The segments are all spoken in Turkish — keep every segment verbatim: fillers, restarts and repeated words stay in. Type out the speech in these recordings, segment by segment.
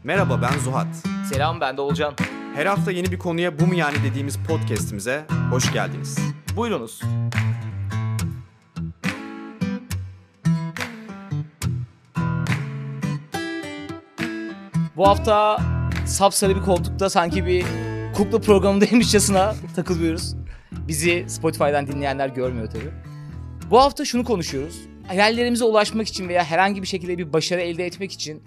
Merhaba, ben Zuhat. Selam, ben de Olcan. Her hafta yeni bir konuya bu mu yani dediğimiz podcast'imize hoş geldiniz. Buyurunuz. Bu hafta sapsarı bir koltukta sanki bir kukla programındaymışçasına takılıyoruz. Bizi Spotify'dan dinleyenler görmüyor tabii. Bu hafta şunu konuşuyoruz. Hayallerimize ulaşmak için veya herhangi bir şekilde bir başarı elde etmek için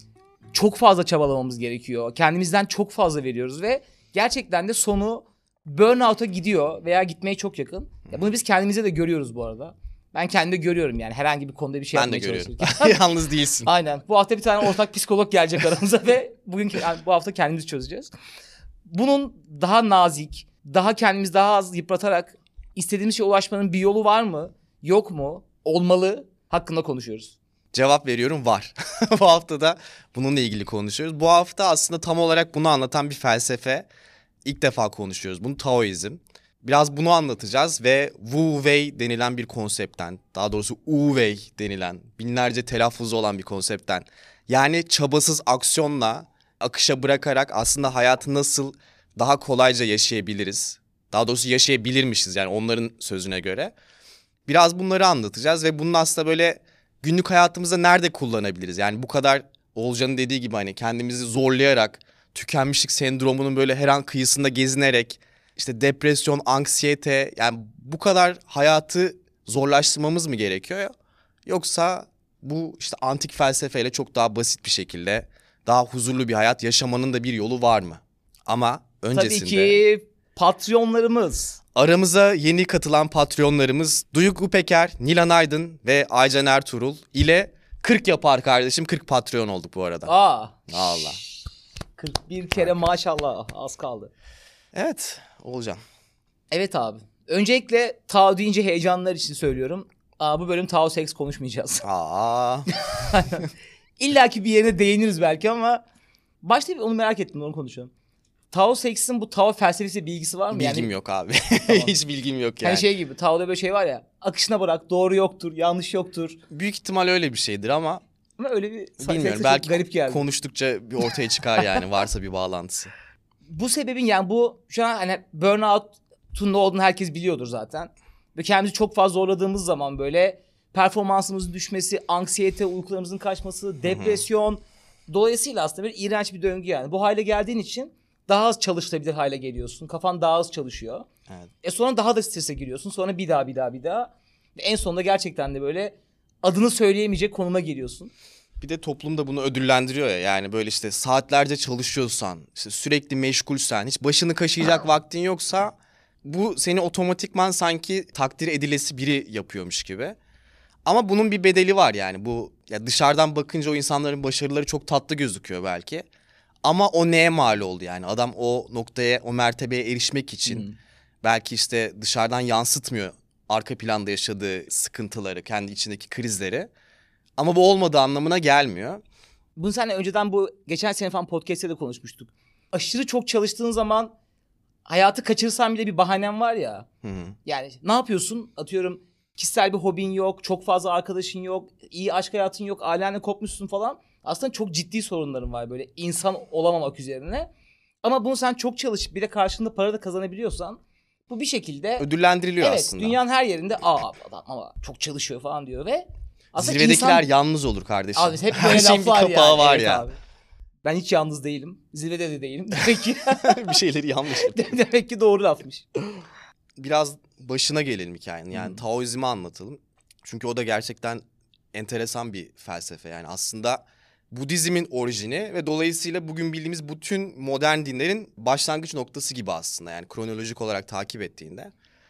çok fazla çabalamamız gerekiyor. Kendimizden çok fazla veriyoruz ve gerçekten de sonu burnout'a gidiyor veya gitmeye çok yakın. Ya bunu biz kendimize de görüyoruz bu arada. Ben kendimde görüyorum yani herhangi bir konuda bir şey Ben yapmaya de görüyorum. çalışırken. Yalnız değilsin. Aynen. Bu hafta bir tane ortak psikolog gelecek aramıza ve bugün yani bu hafta kendimizi çözeceğiz. Bunun daha nazik, daha kendimizi daha az yıpratarak istediğimiz şeye ulaşmanın bir yolu var mı? Yok mu? Olmalı? Hakkında konuşuyoruz. Cevap veriyorum, var. Bu hafta da bununla ilgili konuşuyoruz. Bu hafta aslında tam olarak bunu anlatan bir felsefe ilk defa konuşuyoruz. Bunu Taoizm. Biraz bunu anlatacağız ve Wu Wei denilen bir konseptten, daha doğrusu Wu Wei denilen binlerce telaffuzu olan bir konseptten. Yani çabasız aksiyonla, akışa bırakarak aslında hayatı nasıl daha kolayca yaşayabiliriz. Daha doğrusu yaşayabilirmişiz yani onların sözüne göre. Biraz bunları anlatacağız ve bunun aslında böyle günlük hayatımızda nerede kullanabiliriz? Yani bu kadar Olcan'ın dediği gibi hani kendimizi zorlayarak, tükenmişlik sendromunun böyle her an kıyısında gezinerek, işte depresyon, anksiyete, yani bu kadar hayatı zorlaştırmamız mı gerekiyor? Yoksa bu işte antik felsefeyle çok daha basit bir şekilde daha huzurlu bir hayat yaşamanın da bir yolu var mı? Ama öncesinde... Tabii ki Patreonlarımız. Aramıza yeni katılan Patreonlarımız Duygu Peker, Nilan Aydın ve Aycan Ertuğrul ile kırk yapar kardeşim. kırk Patreon olduk bu arada. Aa. Allah. kırk bir kere maşallah az kaldı. Evet Olcan. Evet abi. Öncelikle Tao deyince heyecanlar için söylüyorum. Aa, bu bölüm Tao seks konuşmayacağız. Aa. İlla ki bir yerine değiniriz belki ama başta bir onu merak ettim, onu konuşalım. Tao seksin bu Tao felsefesi bilgisi var mı? Bilgim yani, yok abi. Tamam. Hiç bilgim yok yani. Hani şey gibi, Tao'da böyle şey var ya, akışına bırak, doğru yoktur, yanlış yoktur. Büyük ihtimal öyle bir şeydir ama Ama öyle bir bilmiyorum. sekse Belki çok garip geldi. konuştukça bir ortaya çıkar yani varsa bir bağlantısı. Bu sebebin yani bu şu an hani burnout'un ne olduğunu herkes biliyordur zaten. Ve kendimizi çok fazla zorladığımız zaman böyle performansımızın düşmesi, anksiyete, uykularımızın kaçması, depresyon. Dolayısıyla aslında bir iğrenç bir döngü yani. Bu hale geldiğin için daha az çalışılabilir hale geliyorsun. Kafan daha az çalışıyor. Evet. E sonra daha da strese giriyorsun. Sonra bir daha bir daha bir daha. Ve en sonunda gerçekten de böyle adını söyleyemeyecek konuma geliyorsun. Bir de toplum da bunu ödüllendiriyor ya, yani böyle işte saatlerce çalışıyorsan, işte sürekli meşgulsen, hiç başını kaşıyacak vaktin yoksa bu seni otomatikman sanki takdir edilesi biri yapıyormuş gibi. Ama bunun bir bedeli var yani, bu ya dışarıdan bakınca o insanların başarıları çok tatlı gözüküyor belki. Ama o neye mal oldu yani, adam o noktaya, o mertebeye erişmek için Hmm. belki işte dışarıdan yansıtmıyor arka planda yaşadığı sıkıntıları, kendi içindeki krizleri. Ama bu olmadığı anlamına gelmiyor. Bunu seninle önceden bu geçen sene falan podcast'te de konuşmuştuk. Aşırı çok çalıştığın zaman hayatı kaçırırsan bile bir bahanen var ya. Hı hı. Yani ne yapıyorsun? Atıyorum kişisel bir hobin yok, çok fazla arkadaşın yok, iyi aşk hayatın yok, ailenle kopmuşsun falan. Aslında çok ciddi sorunların var böyle insan olamamak üzerine. Ama bunu sen çok çalışıp bir de karşılığında para da kazanabiliyorsan bu bir şekilde Ödüllendiriliyor evet, aslında. dünyanın her yerinde aa adam ama çok çalışıyor falan diyor ve aslında Zirvedekiler insan... yalnız olur kardeşim. Abi hep Her böyle şeyin bir laflar kapağı yani. var Evet ya. abi. Ben hiç yalnız değilim. Zirvede de değilim. Demek ki, Bir şeyleri yanlış yapıyor. demek ki doğru lafmış. Biraz başına gelelim hikayenin. Yani Hmm. Taoizm'i anlatalım. Çünkü o da gerçekten enteresan bir felsefe. Yani aslında Budizmin orijini ve dolayısıyla bugün bildiğimiz bütün modern dinlerin başlangıç noktası gibi aslında. Yani kronolojik olarak takip ettiğinde.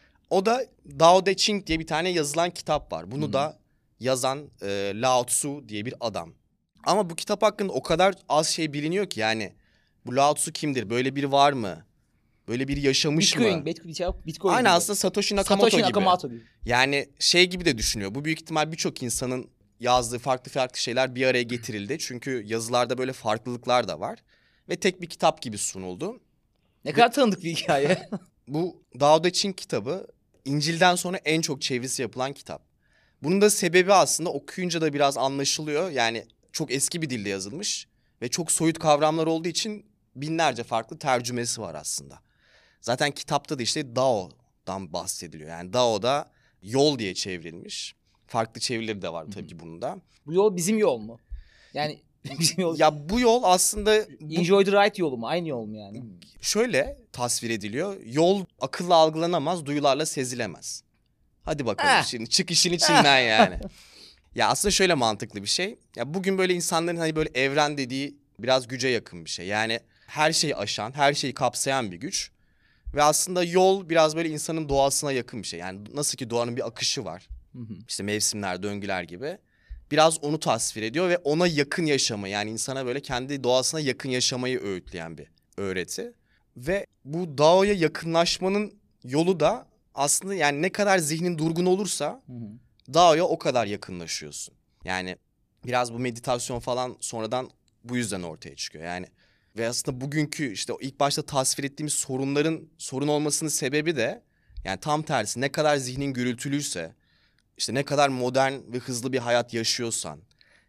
O da Dao De Ching diye bir tane yazılan kitap var. Bunu Hmm. da yazan e, Lao Tzu diye bir adam. Ama bu kitap hakkında o kadar az şey biliniyor ki yani bu Lao Tzu kimdir? Böyle biri var mı? Böyle biri yaşamış Bitcoin, mı? Bitcoin, Bitcoin, Bitcoin Aynen, gibi. aslında Satoshi Nakamoto Satoshi gibi. Nakamoto gibi. Yani şey gibi de düşünüyor. Bu büyük ihtimal birçok insanın yazdığı farklı farklı şeyler bir araya getirildi. Çünkü yazılarda böyle farklılıklar da var. Ve tek bir kitap gibi sunuldu. Ne kadar tanıdık bir hikaye. Bu Dao De Ching kitabı İncil'den sonra en çok çevirisi yapılan kitap. Bunun da sebebi aslında okuyunca da biraz anlaşılıyor. Yani çok eski bir dilde yazılmış. Ve çok soyut kavramlar olduğu için binlerce farklı tercümesi var aslında. Zaten kitapta da işte Dao'dan bahsediliyor. Yani Dao da yol diye çevrilmiş. Farklı çevirileri de var tabii ki bunun da. Bu yol bizim yol mu? Yani bizim yol... Ya bu yol aslında... Bu... Enjoy the ride yolu mu? Aynı yol mu yani? Şöyle tasvir ediliyor. Yol akılla algılanamaz, duyularla sezilemez. Hadi bakalım Eh. şimdi çık işin içinden yani. Ya aslında şöyle mantıklı bir şey. Ya bugün böyle insanların hani böyle evren dediği biraz güce yakın bir şey. Yani her şeyi aşan, her şeyi kapsayan bir güç. Ve aslında yol biraz böyle insanın doğasına yakın bir şey. Yani nasıl ki doğanın bir akışı var. Hı hı. İşte mevsimler, döngüler gibi. Biraz onu tasvir ediyor ve ona yakın yaşamı, yani insana böyle kendi doğasına yakın yaşamayı öğütleyen bir öğreti. Ve bu Dao'ya yakınlaşmanın yolu da aslında yani ne kadar zihnin durgun olursa Hı hı. Dao'ya o kadar yakınlaşıyorsun. Yani biraz bu meditasyon falan sonradan bu yüzden ortaya çıkıyor. Yani ve aslında bugünkü işte o ilk başta tasvir ettiğimiz sorunların sorun olmasının sebebi de yani tam tersi, ne kadar zihnin gürültülüyse, işte ne kadar modern ve hızlı bir hayat yaşıyorsan,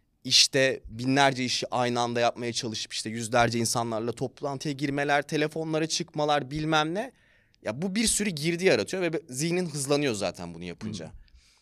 işte binlerce işi aynı anda yapmaya çalışıp işte yüzlerce insanlarla toplantıya girmeler, telefonlara çıkmalar bilmem ne. Ya bu bir sürü girdi yaratıyor ve zihnin hızlanıyor zaten bunu yapınca. Hmm.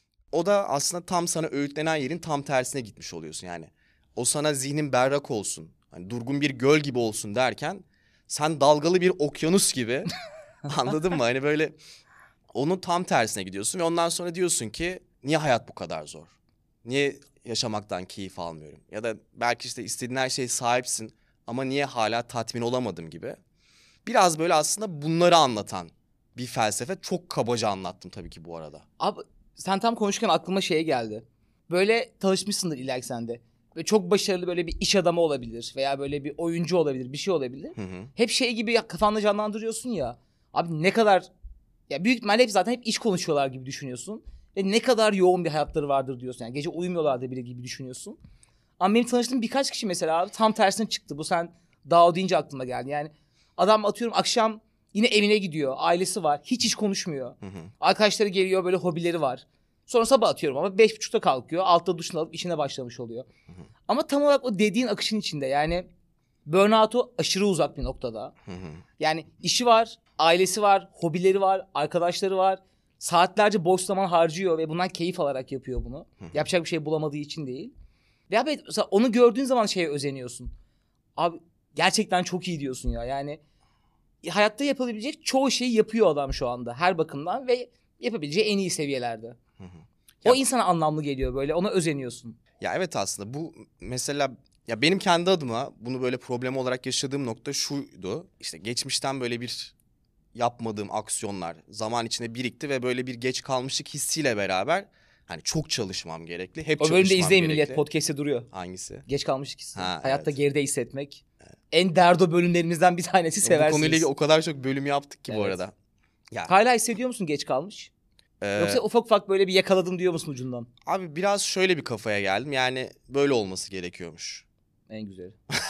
O da aslında tam sana öğütlenen yerin tam tersine gitmiş oluyorsun yani. O sana zihnin berrak olsun, hani durgun bir göl gibi olsun derken sen dalgalı bir okyanus gibi anladın mı? Hani böyle onun tam tersine gidiyorsun ve ondan sonra diyorsun ki niye hayat bu kadar zor? Niye yaşamaktan keyif almıyorum? Ya da belki işte istediğin her şeye sahipsin ama niye hala tatmin olamadım gibi. Biraz böyle aslında bunları anlatan bir felsefe. Çok kabaca anlattım tabii ki bu arada. Abi sen tam konuşurken aklıma şey geldi. Böyle tanışmışsındır illaki sen de. Böyle çok başarılı böyle bir iş adamı olabilir veya böyle bir oyuncu olabilir, bir şey olabilir. Hı hı. Hep şey gibi ya, kafanda canlandırıyorsun ya. Abi ne kadar, ya büyük ihtimalle hep zaten hep iş konuşuyorlar gibi düşünüyorsun. Ve ne kadar yoğun bir hayatları vardır diyorsun. Yani gece uyumuyorlardı bile gibi düşünüyorsun. Ama benim tanıştığım birkaç kişi mesela abi tam tersine çıktı. Bu sen Dao deyince aklıma geldi. Yani adam atıyorum akşam yine evine gidiyor. Ailesi var. Hiç iş konuşmuyor. Hı hı. Arkadaşları geliyor, böyle hobileri var. Sonra sabah atıyorum ama beş buçukta kalkıyor. Altta duşunu alıp işine başlamış oluyor. Hı hı. Ama tam olarak o dediğin akışın içinde. Yani burnout'u aşırı uzak bir noktada. Hı hı. Yani işi var, ailesi var, hobileri var, arkadaşları var. Saatlerce boş zaman harcıyor ve bundan keyif alarak yapıyor bunu. Hı hı. Yapacak bir şey bulamadığı için değil. Ve abi onu gördüğün zaman şeye özeniyorsun. Abi gerçekten çok iyi diyorsun ya. Yani hayatta yapılabilecek çoğu şeyi yapıyor adam şu anda her bakımdan ve yapabileceği en iyi seviyelerde. Hı hı. O ya, insana anlamlı geliyor böyle, ona özeniyorsun. Ya evet, aslında bu mesela ya benim kendi adıma bunu böyle problem olarak yaşadığım nokta şuydu. İşte geçmişten böyle bir yapmadığım aksiyonlar zaman içinde birikti ve böyle bir geç kalmışlık hissiyle beraber hani çok çalışmam gerekli. Hep o çalışmam gerekli. O bölümde izleyin millet, podcast'te duruyor. Hangisi? Geç kalmışlık hissi. Ha, hayatta evet. geride hissetmek. Evet. En derdo bölümlerimizden bir tanesi, seversiniz. Bu konuyla ilgili o kadar çok bölüm yaptık ki evet. Bu arada. Ya. Hala hissediyor musun geç kalmış? Ee, Yoksa ufak ufak böyle bir yakaladım diyor musun ucundan? Abi biraz şöyle bir kafaya geldim. Yani böyle olması gerekiyormuş. En güzeli.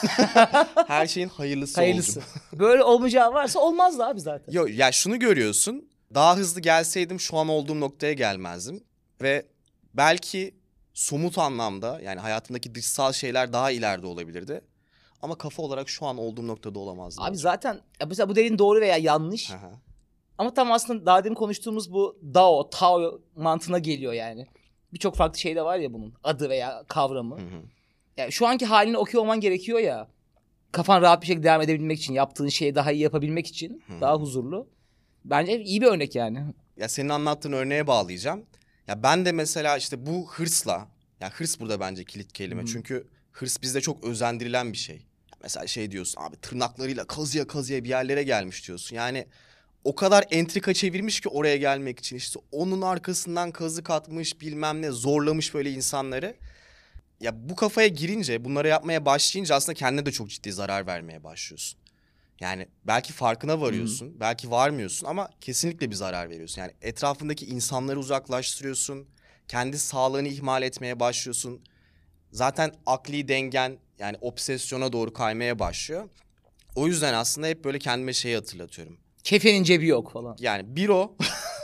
Her şeyin hayırlısı, hayırlısı. olacağım. Böyle olmayacağı varsa olmazdı abi zaten. Yok ya, şunu görüyorsun. Daha hızlı gelseydim şu an olduğum noktaya gelmezdim. Ve belki somut anlamda yani hayatımdaki dışsal şeyler daha ileride olabilirdi. Ama kafa olarak şu an olduğum noktada olamazdım. Abi zaten mesela bu dediğin doğru veya yanlış. Aha. Ama tam aslında daha demin konuştuğumuz bu Dao, Tao mantığına geliyor yani. Birçok farklı şey de var ya bunun adı veya kavramı. Hı hı. Yani şu anki halini okuyor olman gerekiyor ya. Kafan rahat bir şekilde devam edebilmek için, yaptığın şeyi daha iyi yapabilmek için, hı hı. daha huzurlu. Bence iyi bir örnek yani. Ya senin anlattığın örneğe bağlayacağım. Ya ben de mesela işte bu hırsla, ya hırs burada bence kilit kelime. Hı. Çünkü hırs bizde çok özendirilen bir şey. Mesela şey diyorsun abi, tırnaklarıyla kazıya kazıya bir yerlere gelmiş diyorsun. Yani o kadar entrika çevirmiş ki oraya gelmek için, işte onun arkasından kazık atmış, bilmem ne zorlamış böyle insanları. Ya bu kafaya girince, bunları yapmaya başlayınca aslında kendine de çok ciddi zarar vermeye başlıyorsun. Yani belki farkına varıyorsun, Hı-hı. belki varmıyorsun ama kesinlikle bir zarar veriyorsun. Yani etrafındaki insanları uzaklaştırıyorsun, kendi sağlığını ihmal etmeye başlıyorsun. Zaten akli dengen yani obsesyona doğru kaymaya başlıyor. O yüzden aslında hep böyle kendime şeyi hatırlatıyorum. Kefenin cebi yok falan. Yani bir o,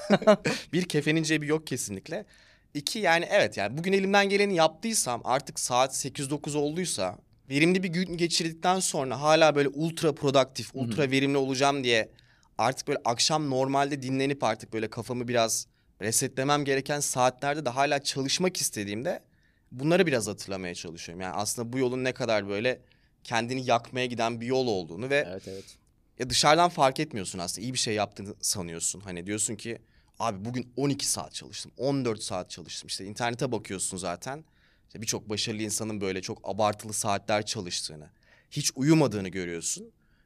bir kefenin cebi yok kesinlikle. İki yani evet, yani bugün elimden geleni yaptıysam, artık saat sekiz dokuz olduysa verimli bir gün geçirdikten sonra hala böyle ultra produktif, ultra verimli olacağım diye artık böyle akşam normalde dinlenip artık böyle kafamı biraz resetlemem gereken saatlerde de hala çalışmak istediğimde bunları biraz hatırlamaya çalışıyorum. Yani aslında bu yolun ne kadar böyle kendini yakmaya giden bir yol olduğunu ve Evet evet. ya dışarıdan fark etmiyorsun aslında. İyi bir şey yaptığını sanıyorsun. Hani diyorsun ki abi bugün on iki saat çalıştım, on dört saat çalıştım. İşte internete bakıyorsun zaten. İşte birçok başarılı insanın böyle çok abartılı saatler çalıştığını, hiç uyumadığını görüyorsun.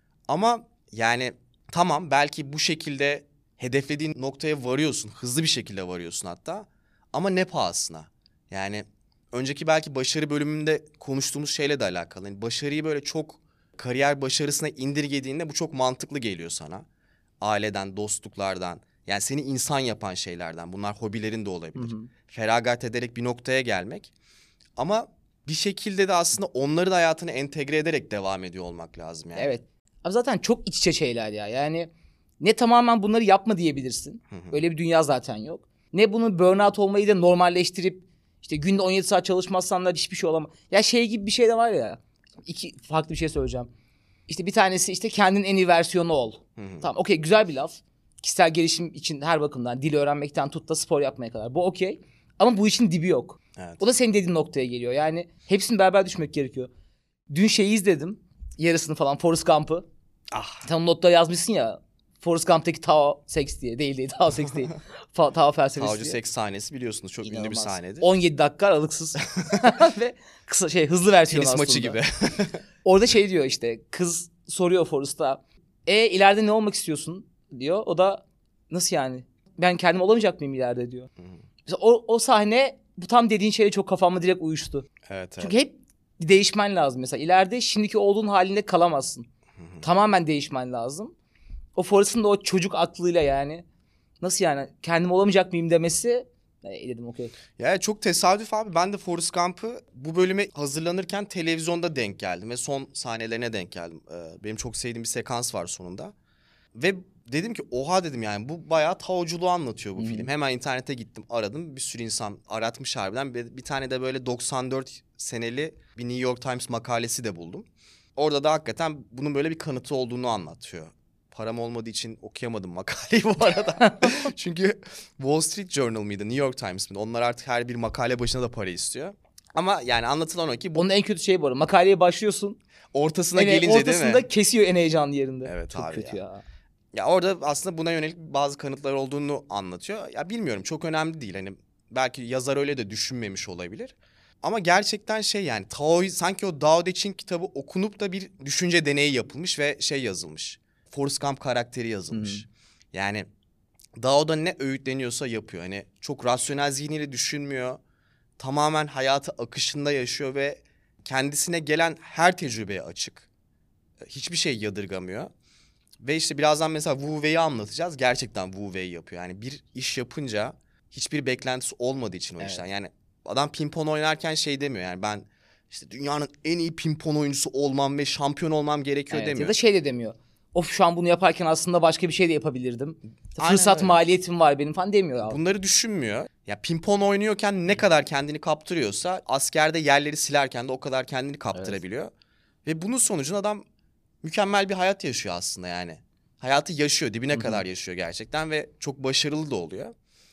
Ama yani tamam belki bu şekilde hedeflediğin noktaya varıyorsun. Hızlı bir şekilde varıyorsun hatta. Ama ne pahasına? Yani önceki belki başarı bölümünde konuştuğumuz şeyle de alakalı. Yani başarıyı böyle çok kariyer başarısına indirgediğinde bu çok mantıklı geliyor sana. Aileden, dostluklardan, yani seni insan yapan şeylerden. Bunlar hobilerin de olabilir. Hı hı. Feragat ederek bir noktaya gelmek. Ama bir şekilde de aslında onları da hayatına entegre ederek devam ediyor olmak lazım yani. Evet. Abi zaten çok iç içe şeyler ya. Yani ne tamamen bunları yapma diyebilirsin. Hı hı. Öyle bir dünya zaten yok. Ne bunu burnout olmayı da normalleştirip işte günde on yedi saat çalışmazsan da hiçbir şey olamaz. Ya şey gibi bir şey de var ya. İki farklı bir şey söyleyeceğim. İşte bir tanesi işte kendin en iyi versiyonu ol. Hı hı. Tamam okey, güzel bir laf. Kişisel gelişim için her bakımdan, dil öğrenmekten tut da spor yapmaya kadar. Bu okey. Ama bu işin dibi yok. Evet. O da senin dediğin noktaya geliyor. Yani hepsini beraber düşmek gerekiyor. Dün şeyi izledim. Yarısını falan, Forrest Gump'ı. Ah. Sen notta yazmışsın ya. Forrest Gump'taki Tao seks diye. Değil değil. Tao seks değil. Fa- Tao felsefesi Taocu diye. seks sahnesi biliyorsunuz çok ünlü bir İnanılmaz. sahnedir. on yedi dakika aralıksız. Ve kısa şey, hızlı versiyonu Tenis aslında. maçı gibi. Orada şey diyor işte. Kız soruyor Forrest'a. E ileride ne olmak istiyorsun diyor. O da nasıl yani? Ben kendim olamayacak mıyım ileride diyor. Mesela o, o sahne bu tam dediğin şeyle çok kafamla direkt uyuştu. Evet, evet. Çünkü hep değişmen lazım mesela. İleride şimdiki olduğun halinde kalamazsın. Tamamen değişmen lazım. O Forrest'ın da o çocuk aklıyla yani nasıl yani kendim olamayacak mıyım demesi, e, dedim okey. Ya çok tesadüf abi. Ben de Forrest Gump'ı bu bölüme hazırlanırken televizyonda denk geldim ve son sahnelerine denk geldim. Ee, benim çok sevdiğim bir sekans var sonunda. Ve dedim ki oha dedim yani bu bayağı taoculuğu anlatıyor bu Hı-hı. film. Hemen internete gittim aradım. Bir sürü insan aratmış harbiden. Bir, bir tane de böyle doksan dört seneli bir New York Times makalesi de buldum. Orada da hakikaten bunun böyle bir kanıtı olduğunu anlatıyor. Param olmadığı için okuyamadım makaleyi bu arada. Çünkü Wall Street Journal mıydı, New York Times mıydı? Onlar artık her bir makale başına da para istiyor. Ama yani anlatılan o ki bu Onun en kötü şeyi bu arada. Makaleye başlıyorsun. ortasına Evet, gelince değil mi? ortasında kesiyor en heyecanlı yerinde. Evet çok abi kötü ya. ya. Ya orada aslında buna yönelik bazı kanıtlar olduğunu anlatıyor. Ya bilmiyorum, çok önemli değil. Hani belki yazar öyle de düşünmemiş olabilir. Ama gerçekten şey yani Tao, sanki o Dao De Ching kitabı okunup da bir düşünce deneyi yapılmış ve şey yazılmış. Forrest Gump karakteri yazılmış. Hı-hı. Yani Dao'da ne öğütleniyorsa yapıyor. Hani çok rasyonel zihniyle düşünmüyor. Tamamen hayatı akışında yaşıyor ve kendisine gelen her tecrübeye açık. Hiçbir şey yadırgamıyor. Ve işte birazdan mesela Wu Wei'yi anlatacağız. Gerçekten Wu Wei yapıyor. Yani bir iş yapınca hiçbir beklentisi olmadığı için o Evet. işten. Yani adam pimpon oynarken şey demiyor. Yani ben işte dünyanın en iyi pimpon oyuncusu olmam ve şampiyon olmam gerekiyor Evet, demiyor. ya da şey de demiyor. Of şu an bunu yaparken aslında başka bir şey de yapabilirdim. Aynen Fırsat öyle. maliyetim var benim falan demiyor abi. Bunları düşünmüyor. Ya pimpon oynuyorken ne kadar kendini kaptırıyorsa askerde yerleri silerken de o kadar kendini kaptırabiliyor. Ve bunun sonucunda adam mükemmel bir hayat yaşıyor aslında yani. Hayatı yaşıyor, dibine Hı hı. kadar yaşıyor gerçekten ve çok başarılı da oluyor.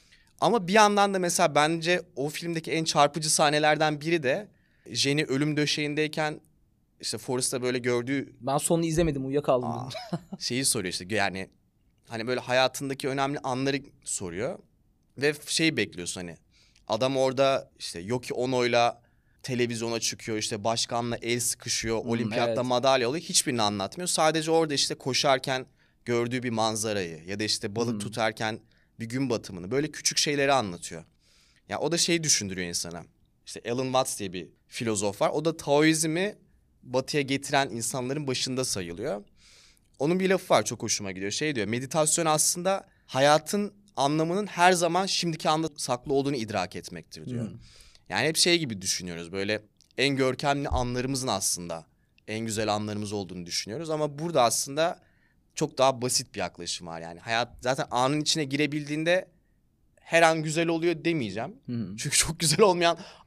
Ama bir yandan da mesela bence o filmdeki en çarpıcı sahnelerden biri de Jenny ölüm döşeğindeyken işte Forrest'ta böyle gördüğü Ben sonunu izlemedim, uyuyakaldım. aa, dün. şeyi soruyor işte yani hani böyle hayatındaki önemli anları soruyor. Ve şeyi bekliyorsun hani adam orada işte Yoko Ono'yla televizyona çıkıyor, işte başkanla el sıkışıyor, Hmm, olimpiyatta evet. madalya alıyor, hiçbirini anlatmıyor. Sadece orada işte koşarken gördüğü bir manzarayı ya da işte balık Hmm. tutarken bir gün batımını, böyle küçük şeyleri anlatıyor. Ya o da şeyi düşündürüyor insana. İşte Alan Watts diye bir filozof var. O da Taoizmi batıya getiren insanların başında sayılıyor. Onun bir lafı var, çok hoşuma gidiyor. Şey diyor, meditasyon aslında hayatın anlamının her zaman şimdiki anda saklı olduğunu idrak etmektir diyor. Hmm. Yani hep şey gibi düşünüyoruz, böyle en görkemli anlarımızın aslında en güzel anlarımız olduğunu düşünüyoruz. Ama burada aslında çok daha basit bir yaklaşım var. Yani hayat zaten anın içine girebildiğinde her an güzel oluyor demeyeceğim. Hmm. Çünkü çok güzel olmayan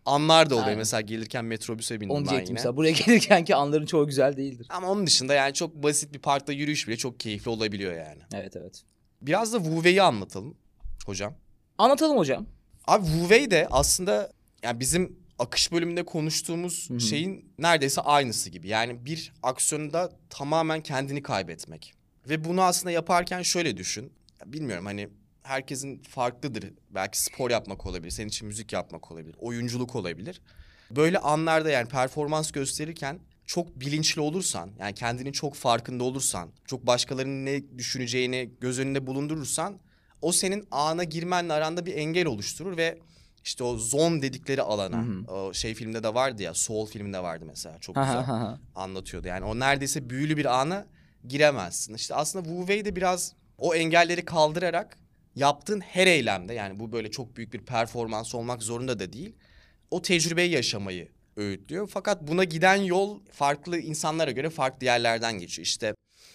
anlar da oluyor. Aynen. Mesela gelirken metrobüse bindim Onu ben diyecektim yine. mesela. Buraya gelirken ki anların çoğu güzel değildir. Ama onun dışında yani çok basit bir parkta yürüyüş bile çok keyifli olabiliyor yani. Evet evet. Biraz da Wu Wei'yi anlatalım hocam. Anlatalım hocam. Abi Wu Wei de aslında yani bizim akış bölümünde konuştuğumuz Hı-hı. şeyin neredeyse aynısı gibi. Yani bir aksiyonda tamamen kendini kaybetmek. Ve bunu aslında yaparken şöyle düşün. Ya bilmiyorum hani herkesin farklıdır. Belki spor yapmak olabilir. Senin için müzik yapmak olabilir. Oyunculuk olabilir. Böyle anlarda yani performans gösterirken çok bilinçli olursan, yani kendinin çok farkında olursan, çok başkalarının ne düşüneceğini göz önünde bulundurursan, o senin ana girmenle aranda bir engel oluşturur ve işte o zone dedikleri alana, Hı hı. o şey filmde de vardı ya, Soul filminde vardı mesela, çok Ha, güzel ha, ha. anlatıyordu. Yani o neredeyse büyülü bir ana giremezsin. İşte aslında Wu Wei de biraz o engelleri kaldırarak yaptığın her eylemde, yani bu böyle çok büyük bir performans olmak zorunda da değil, o tecrübeyi yaşamayı öğütlüyor. Fakat buna giden yol farklı insanlara göre farklı yerlerden geçiyor. İşte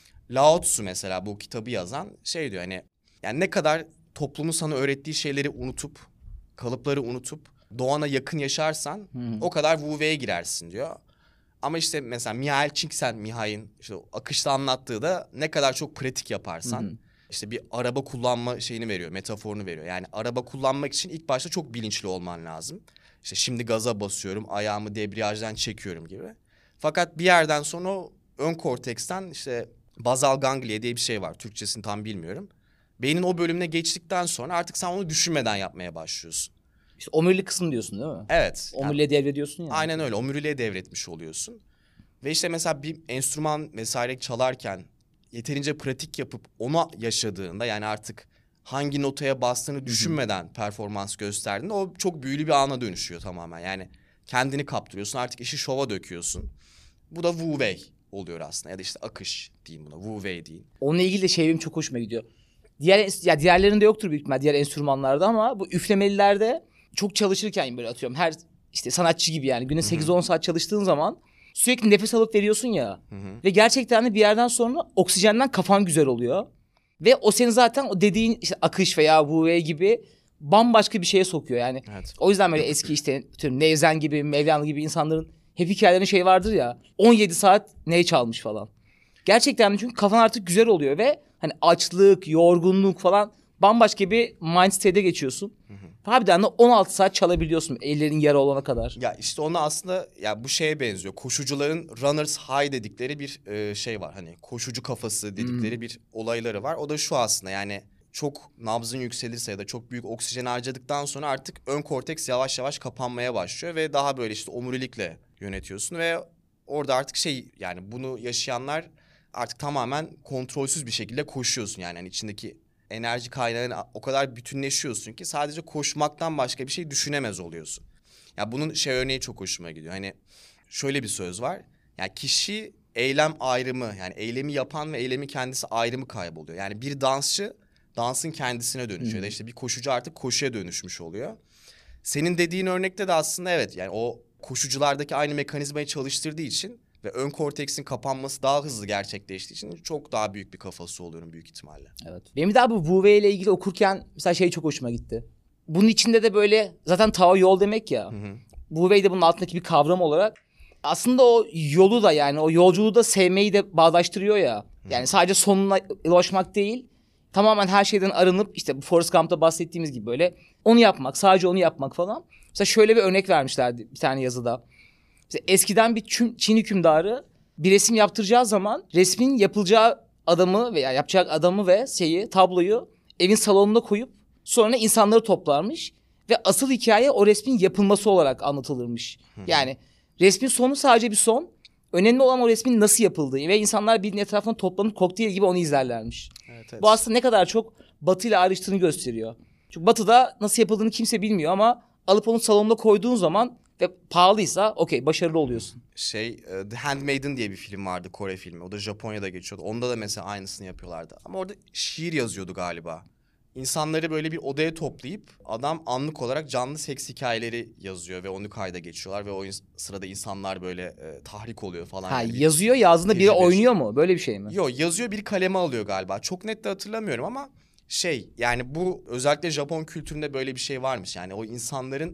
Lao Tzu mesela bu kitabı yazan şey diyor hani, yani ne kadar toplumun sana öğrettiği şeyleri unutup, kalıpları unutup doğana yakın yaşarsan Hı-hı. o kadar Wu Wei'ye girersin diyor. Ama işte mesela Mihail Csikszentmihalyi'nin işte akışta anlattığı da ne kadar çok pratik yaparsan, Hı-hı. işte bir araba kullanma şeyini veriyor, metaforunu veriyor. Yani araba kullanmak için ilk başta çok bilinçli olman lazım. İşte şimdi gaza basıyorum, ayağımı debriyajdan çekiyorum gibi. Fakat bir yerden sonra o ön korteksten işte bazal ganglia diye bir şey var. Türkçesini tam bilmiyorum. Beynin o bölümüne geçtikten sonra artık sen onu düşünmeden yapmaya başlıyorsun. İşte omurilik kısmı diyorsun değil mi? Evet. Yani Omuriliğe devrediyorsun ya. aynen öyle. Omuriliğe devretmiş oluyorsun. Ve işte mesela bir enstrüman vesaire çalarken yeterince pratik yapıp onu yaşadığında, yani artık hangi notaya bastığını düşünmeden performans gösterdiğinde o çok büyülü bir ana dönüşüyor tamamen. Yani kendini kaptırıyorsun, artık işi şova döküyorsun. Bu da Wu Wei oluyor aslında, ya da işte akış diyeyim buna, Wu Wei diyeyim. Onunla ilgili de şey benim çok hoşuma gidiyor. Diğer ya diğerlerinde yoktur büyük ihtimal, diğer enstrümanlarda, ama bu üflemelilerde çok çalışırken böyle atıyorum her işte sanatçı gibi yani günde sekiz on saat çalıştığın zaman sürekli nefes alıp veriyorsun ya. Hı hı. Ve gerçekten de bir yerden sonra oksijenden kafan güzel oluyor. Ve o seni zaten o dediğin işte akış veya Wu Wei gibi bambaşka bir şeye sokuyor yani. Evet. O yüzden böyle eski işte tüm Nevzen gibi, Mevlana gibi insanların hep hikayelerinde şey vardır ya, on yedi saat ney çalmış falan. Gerçekten, çünkü kafan artık güzel oluyor ve hani açlık, yorgunluk falan bambaşka bir mindset'e geçiyorsun. Hı hı. Harbiden de on altı saat çalabiliyorsun ellerin yara olana kadar. Ya işte onu aslında, ya bu şeye benziyor. Koşucuların runners high dedikleri bir e, şey var. Hani koşucu kafası dedikleri hmm. bir olayları var. O da şu aslında, yani çok nabzın yükselirse ya da çok büyük oksijen harcadıktan sonra artık ön korteks yavaş yavaş kapanmaya başlıyor ve daha böyle işte omurilikle yönetiyorsun ve orada artık şey, yani bunu yaşayanlar artık tamamen kontrolsüz bir şekilde koşuyorsun, yani hani içindeki enerji kaynağına o kadar bütünleşiyorsun ki sadece koşmaktan başka bir şey düşünemez oluyorsun. Ya bunun şey örneği çok hoşuma gidiyor. Hani şöyle bir söz var. Yani kişi eylem ayrımı, yani eylemi yapan ve eylemi kendisi ayrımı kayboluyor. Yani bir dansçı dansın kendisine dönüşüyor. Ya da işte bir koşucu artık koşuya dönüşmüş oluyor. Senin dediğin örnekte de aslında evet, yani o koşuculardaki aynı mekanizmayı çalıştırdığı için ve ön korteksin kapanması daha hızlı gerçekleştiği için çok daha büyük bir kafası oluyorum büyük ihtimalle. Evet. Benim bir daha bu Wu Wei ile ilgili okurken mesela şey çok hoşuma gitti. Bunun içinde de böyle zaten Tao yol demek ya. Hı hı. Wu Wei de bunun altındaki bir kavram olarak aslında o yolu da, yani o yolculuğu da sevmeyi de bağdaştırıyor ya. Hı. Yani sadece sonuna ulaşmak değil, tamamen her şeyden arınıp işte bu Forrest Gump'ta bahsettiğimiz gibi böyle onu yapmak, sadece onu yapmak falan. Mesela şöyle bir örnek vermişlerdi bir tane yazıda. Mesela eskiden bir Çin, Çin hükümdarı bir resim yaptıracağı zaman resmin yapılacağı adamı veya yapacak adamı ve şeyi, tabloyu evin salonuna koyup sonra insanları toplarmış ve asıl hikaye o resmin yapılması olarak anlatılırmış. Hı-hı. Yani resmin sonu sadece bir son. Önemli olan o resmin nasıl yapıldığı ve insanlar birinin etrafına toplanıp kokteyl gibi onu izlerlermiş. Evet, evet. Bu aslında ne kadar çok Batı ile ayrıştığını gösteriyor. Çünkü Batı'da nasıl yapıldığını kimse bilmiyor ama alıp onu salonuna koyduğun zaman ve pahalıysa okey, başarılı oluyorsun. Şey, The Handmaiden diye bir film vardı, Kore filmi. O da Japonya'da geçiyordu. Onda da mesela aynısını yapıyorlardı. Ama orada şiir yazıyordu galiba. İnsanları böyle bir odaya toplayıp adam anlık olarak canlı seks hikayeleri yazıyor ve onu kayda geçiyorlar ve o ins- sırada insanlar böyle e, tahrik oluyor falan. Ha, yani yazıyor, yazdığında biri oynuyor mu? Böyle bir şey mi? Yok, yazıyor, bir kaleme alıyor galiba. Çok net de hatırlamıyorum ama şey, yani bu özellikle Japon kültüründe böyle bir şey varmış. Yani o insanların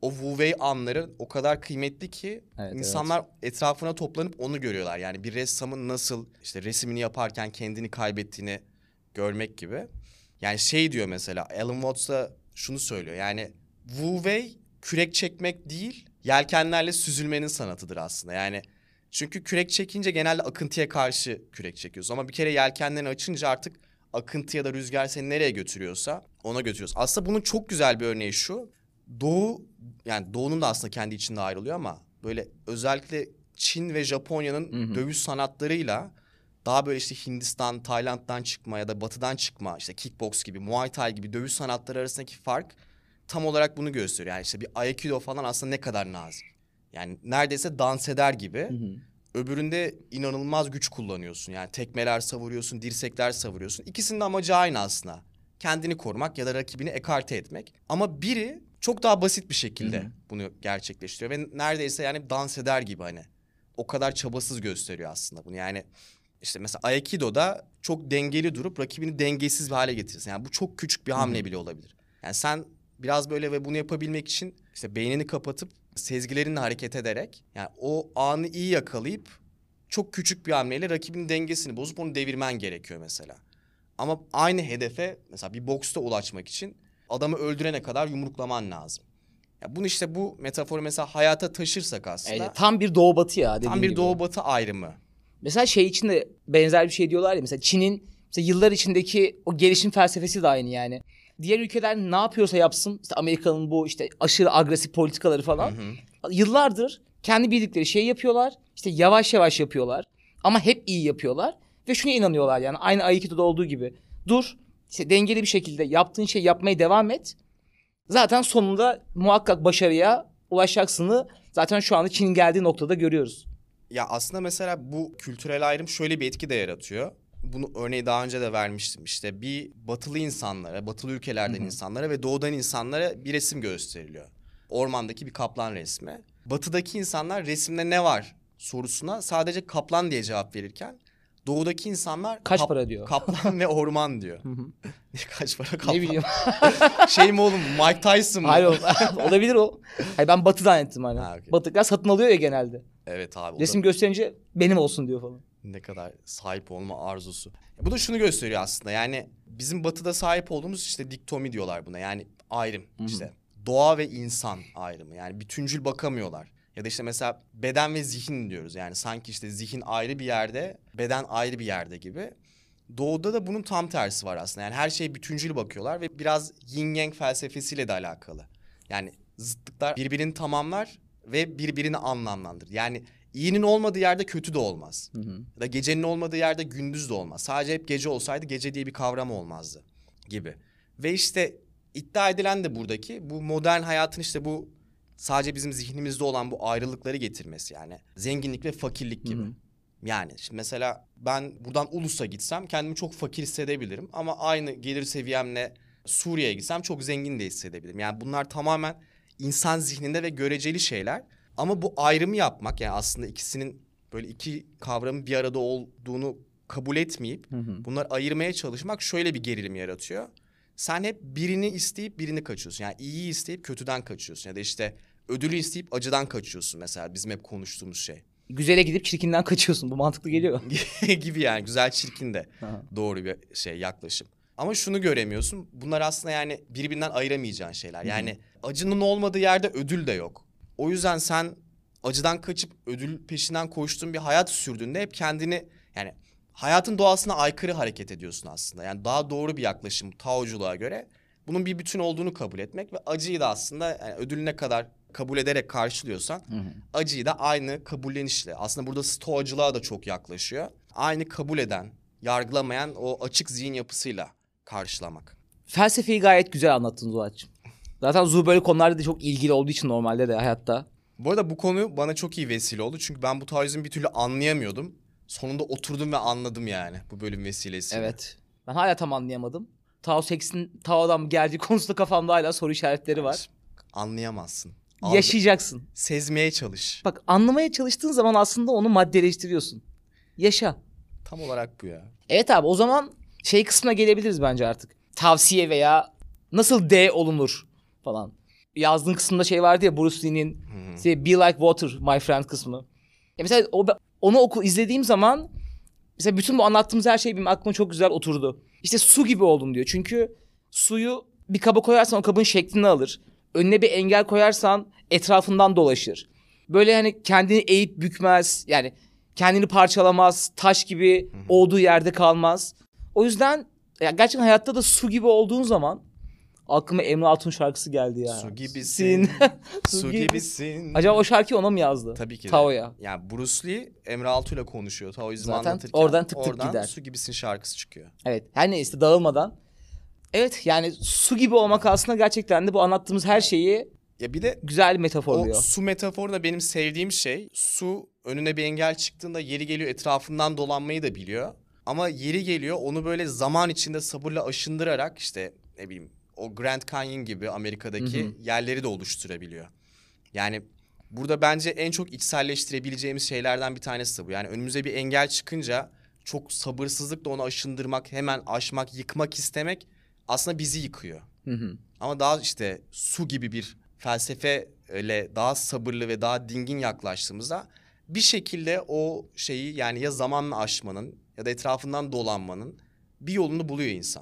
o Wu Wei anları o kadar kıymetli ki Evet, insanlar evet. etrafına toplanıp onu görüyorlar. Yani bir ressamın nasıl işte resimini yaparken kendini kaybettiğini görmek gibi. Yani şey diyor mesela Alan Watts da şunu söylüyor. Yani Wu Wei kürek çekmek değil, yelkenlerle süzülmenin sanatıdır aslında. Yani çünkü kürek çekince genelde akıntıya karşı kürek çekiyorsun. Ama bir kere yelkenlerini açınca artık akıntı ya da rüzgar seni nereye götürüyorsa ona götürüyorsun. Aslında bunun çok güzel bir örneği şu. Doğu, yani Doğu'nun da aslında kendi içinde ayrılıyor ama böyle özellikle Çin ve Japonya'nın hı hı. dövüş sanatlarıyla daha böyle işte Hindistan, Tayland'dan çıkma ya da Batı'dan çıkma işte kickbox gibi, Muay Thai gibi dövüş sanatları arasındaki fark tam olarak bunu gösteriyor. Yani işte bir Aikido falan aslında ne kadar nazik. Yani neredeyse dans eder gibi. Hı hı. Öbüründe inanılmaz güç kullanıyorsun. Yani tekmeler savuruyorsun, dirsekler savuruyorsun. İkisinin de amacı aynı aslında. Kendini korumak ya da rakibini ekarte etmek. Ama biri çok daha basit bir şekilde hı hı. bunu gerçekleştiriyor. Ve neredeyse yani dans eder gibi hani. O kadar çabasız gösteriyor aslında bunu. Yani işte mesela Aikido'da çok dengeli durup rakibini dengesiz bir hale getirirsin. Yani bu çok küçük bir hamle hı hı. bile olabilir. Yani sen biraz böyle ve bunu yapabilmek için işte beynini kapatıp sezgilerinle hareket ederek yani o anı iyi yakalayıp çok küçük bir hamleyle rakibin dengesini bozup onu devirmen gerekiyor mesela. Ama aynı hedefe mesela bir boksta ulaşmak için adamı öldürene kadar yumruklaman lazım. Ya bunu işte bu metaforu mesela hayata taşırsak aslında. Evet, tam bir doğu batı ya dediğin Tam bir gibi. doğu batı ayrımı. Mesela şey için de benzer bir şey diyorlar ya mesela Çin'in mesela yıllar içindeki o gelişim felsefesi de aynı yani. Diğer ülkeler ne yapıyorsa yapsın işte Amerika'nın bu işte aşırı agresif politikaları falan. Hı hı. Yıllardır kendi bildikleri şeyi yapıyorlar. İşte yavaş yavaş yapıyorlar ama hep iyi yapıyorlar. Ve şuna inanıyorlar yani aynı Aikido'da olduğu gibi. Dur işte dengeli bir şekilde yaptığın şeyi yapmaya devam et. Zaten sonunda muhakkak başarıya ulaşacaksını zaten şu anda Çin'in geldiği noktada görüyoruz. Ya aslında mesela bu kültürel ayrım şöyle bir etki de yaratıyor. Bunu örneği daha önce de vermiştim. İşte bir batılı insanlara, batılı ülkelerden hı hı. insanlara ve doğudan insanlara bir resim gösteriliyor. Ormandaki bir kaplan resmi. Batıdaki insanlar resimde ne var sorusuna sadece kaplan diye cevap verirken doğudaki insanlar kaç kap- para diyor. Kaplan ve orman diyor. Kaç para kaplan? Ne bileyim. Şey mi oğlum Mike Tyson mı? Hayır olabilir o. Hayır ben batıdan ettim hani. Ha, okay. Batıklar satın alıyor ya genelde. Evet abi. Resim da... gösterince benim olsun diyor falan. Ne kadar sahip olma arzusu. Bu da şunu gösteriyor aslında yani bizim batıda sahip olduğumuz işte diktomi diyorlar buna. Yani ayrım Hı-hı. işte doğa ve insan ayrımı yani bütüncül bakamıyorlar. Ya da işte mesela beden ve zihin diyoruz yani sanki işte zihin ayrı bir yerde beden ayrı bir yerde gibi. Doğuda da bunun tam tersi var aslında yani her şeye bütüncül bakıyorlar ve biraz yin yang felsefesiyle de alakalı. Yani zıtlıklar birbirini tamamlar ve birbirini anlamlandırır. Yani İyinin olmadığı yerde kötü de olmaz. Hı hı. Ya da gecenin olmadığı yerde gündüz de olmaz. Sadece hep gece olsaydı gece diye bir kavram olmazdı gibi. Ve işte iddia edilen de buradaki bu modern hayatın işte bu sadece bizim zihnimizde olan bu ayrılıkları getirmesi yani. Zenginlik ve fakirlik gibi. Hı hı. Yani şimdi mesela ben buradan Ulus'a gitsem kendimi çok fakir hissedebilirim. Ama aynı gelir seviyemle Suriye'ye gitsem çok zengin de hissedebilirim. Yani bunlar tamamen insan zihninde ve göreceli şeyler. Ama bu ayrımı yapmak yani aslında ikisinin böyle iki kavramın bir arada olduğunu kabul etmeyip hı hı. bunları ayırmaya çalışmak şöyle bir gerilim yaratıyor. Sen hep birini isteyip birini kaçıyorsun. Yani iyiyi isteyip kötüden kaçıyorsun. Ya da işte ödülü isteyip acıdan kaçıyorsun mesela bizim hep konuştuğumuz şey. Güzele gidip çirkinden kaçıyorsun. Bu mantıklı geliyor. gibi yani güzel çirkin de doğru bir şey yaklaşım. Ama şunu göremiyorsun. Bunlar aslında yani birbirinden ayıramayacağın şeyler. Yani hı hı. acının olmadığı yerde ödül de yok. O yüzden sen acıdan kaçıp ödül peşinden koştuğun bir hayat sürdüğünde hep kendini yani hayatın doğasına aykırı hareket ediyorsun aslında. Yani daha doğru bir yaklaşım Taoculuğa göre bunun bir bütün olduğunu kabul etmek ve acıyı da aslında yani ödülü ne kadar kabul ederek karşılıyorsan hı hı. acıyı da aynı kabullenişle aslında burada Stoacılığa da çok yaklaşıyor. Aynı kabul eden, yargılamayan o açık zihin yapısıyla karşılamak. Felsefeyi gayet güzel anlattın Zuhat'cığım. Zaten Zu böyle konularda da çok ilgili olduğu için normalde de hayatta. Bu arada bu konu bana çok iyi vesile oldu. Çünkü ben bu Taoizmi bir türlü anlayamıyordum. Sonunda oturdum ve anladım yani bu bölüm vesilesiyle. Evet. Ben hala tam anlayamadım. Tao seksin Tao'dan geldiği konusunda kafamda hala soru işaretleri var. Anlayamazsın. Aldı. Yaşayacaksın. Sezmeye çalış. Bak anlamaya çalıştığın zaman aslında onu maddeleştiriyorsun. Yaşa. Tam olarak bu ya. Evet abi o zaman şey kısmına gelebiliriz bence artık. Tavsiye veya nasıl D olunur falan. yazdığın kısımda şey vardı ya, Bruce Lee'nin Hı. işte, Be Like Water My Friend kısmı. Ya mesela o, onu oku, izlediğim zaman mesela bütün bu anlattığımız her şey benim aklıma çok güzel oturdu. İşte su gibi oldum diyor. Çünkü suyu bir kaba koyarsan o kabın şeklini alır. Önüne bir engel koyarsan etrafından dolaşır. Böyle hani kendini eğip bükmez. Yani kendini parçalamaz. Taş gibi Hı hı. olduğu yerde kalmaz. O yüzden ya gerçekten hayatta da su gibi olduğun zaman aklıma Emre Altun şarkısı geldi ya. Su gibisin. Su Su gibi- gibisin. Acaba o şarkıyı ona mı yazdı? Tabii ki de. Tao'ya. Yani Bruce Lee Emre Altuğ'yla konuşuyor. Taoizmi Zaten anlatırken oradan tık tık oradan gider. Su gibisin şarkısı çıkıyor. Evet. Her neyse dağılmadan. Evet yani su gibi olmak aslında gerçekten de bu anlattığımız her şeyi Ya bir de güzel o metaforluyor. su metaforu da benim sevdiğim şey. Su önüne bir engel çıktığında yeri geliyor etrafından dolanmayı da biliyor. Ama yeri geliyor onu böyle zaman içinde sabırla aşındırarak işte ne bileyim o Grand Canyon gibi Amerika'daki Hı hı. yerleri de oluşturabiliyor. Yani burada bence en çok içselleştirebileceğimiz şeylerden bir tanesi de bu. Yani önümüze bir engel çıkınca çok sabırsızlıkla onu aşındırmak, hemen aşmak, yıkmak istemek aslında bizi yıkıyor. Hı hı. Ama daha işte su gibi bir felsefeyle daha sabırlı ve daha dingin yaklaştığımızda bir şekilde o şeyi yani ya zamanla aşmanın ya da etrafından dolanmanın bir yolunu buluyor insan.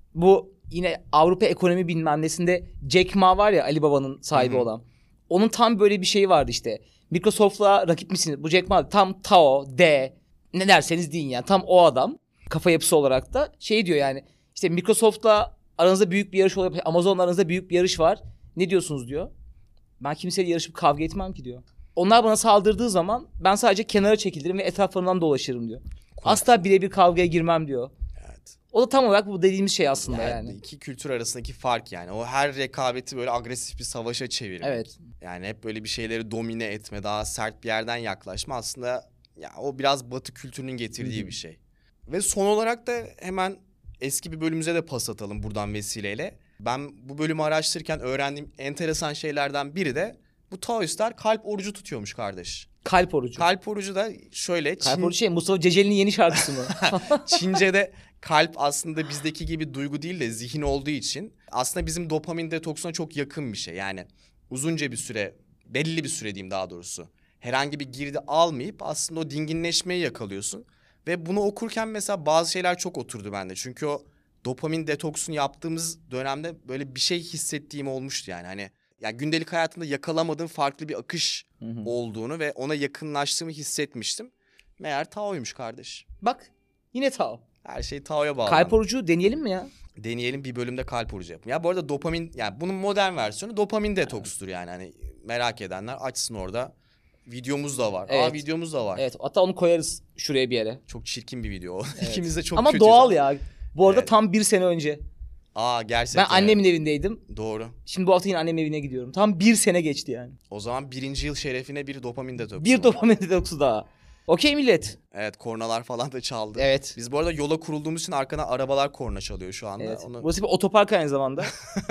Bu yine Avrupa ekonomi bilmem nesinde Jack Ma var ya, Ali Baba'nın sahibi Hı hı. olan. Onun tam böyle bir şeyi vardı işte. Microsoft'la rakip misiniz? Bu Jack Ma tam Tao, D ne derseniz deyin yani tam o adam. Kafa yapısı olarak da şey diyor yani işte Microsoft'la aranızda büyük bir yarış oluyor. Amazon'la aranızda büyük bir yarış var. Ne diyorsunuz diyor. Ben kimseyle yarışıp kavga etmem ki diyor. Onlar bana saldırdığı zaman ben sadece kenara çekilirim ve etraflarından dolaşırım diyor. Asla birebir kavgaya girmem diyor. Evet. O da tam olarak bu dediğimiz şey aslında Yani, yani. iki kültür arasındaki fark yani. O her rekabeti böyle agresif bir savaşa çevirmek. Evet. Yani hep böyle bir şeyleri domine etme, daha sert bir yerden yaklaşma aslında ya o biraz Batı kültürünün getirdiği Hı hı. bir şey. Ve son olarak da hemen eski bir bölümümüze de pas atalım buradan vesileyle. Ben bu bölümü araştırırken öğrendiğim enteresan şeylerden biri de bu Taoistler kalp orucu tutuyormuş kardeş. Kalp orucu. Kalp orucu da şöyle Kalp Çin, orucu şey Mustafa Ceceli'nin yeni şarkısı mı? Çince'de kalp aslında bizdeki gibi duygu değil de zihin olduğu için aslında bizim dopamin detoksuna çok yakın bir şey. Yani uzunca bir süre, belli bir süre diyeyim daha doğrusu. Herhangi bir girdi almayıp aslında o dinginleşmeyi yakalıyorsun. Ve bunu okurken mesela bazı şeyler çok oturdu bende. Çünkü o dopamin detoksunu yaptığımız dönemde böyle bir şey hissettiğim olmuştu yani. Hani yani gündelik hayatımda yakalamadığım farklı bir akış Hı hı. olduğunu ve ona yakınlaştığımı hissetmiştim. Meğer Tao'ymuş kardeş. Bak yine Tao. Her şey Tao'ya bağlı. Kalp orucu deneyelim mi ya? Deneyelim bir bölümde kalp orucu yapın. Ya bu arada dopamin yani bunun modern versiyonu dopamin detoksudur yani. Hani merak edenler açsın orada. Videomuz da var. Evet. Aa videomuz da var. Evet, hatta onu koyarız şuraya bir yere. Çok çirkin bir video o. Evet. İkimiz de çok Ama kötüyüz doğal ya. Bu arada Evet. tam bir sene önce. Aa gerçekten. Ben annemin evindeydim. Doğru. Şimdi bu hafta yine annemin evine gidiyorum. Tam bir sene geçti yani. O zaman birinci yıl şerefine bir dopamin detoksu. Bir var. dopamin detoksu daha. Okey millet. Evet kornalar falan da çaldı. Evet. Biz bu arada yola kurulduğumuz için arkadan arabalar korna çalıyor şu anda. Evet. Onu... Burası bir otopark aynı zamanda.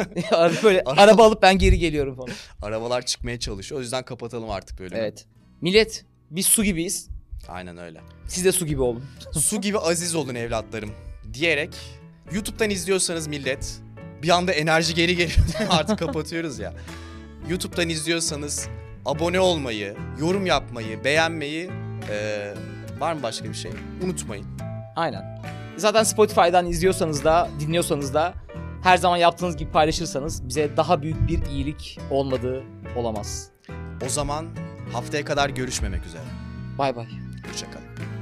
Böyle araba alıp ben geri geliyorum falan. Arabalar çıkmaya çalışıyor. O yüzden kapatalım artık bölümü. Evet. Millet biz su gibiyiz. Aynen öyle. Siz de su gibi olun. Su gibi aziz olun evlatlarım diyerek YouTube'dan izliyorsanız millet bir anda enerji geri geliyor artık kapatıyoruz ya. YouTube'dan izliyorsanız abone olmayı, yorum yapmayı, beğenmeyi eee, var mı başka bir şey? Unutmayın. Aynen. Zaten Spotify'dan izliyorsanız da, dinliyorsanız da her zaman yaptığınız gibi paylaşırsanız bize daha büyük bir iyilik olmadığı olamaz. O zaman haftaya kadar görüşmemek üzere. Bay bay. Hoşçakalın.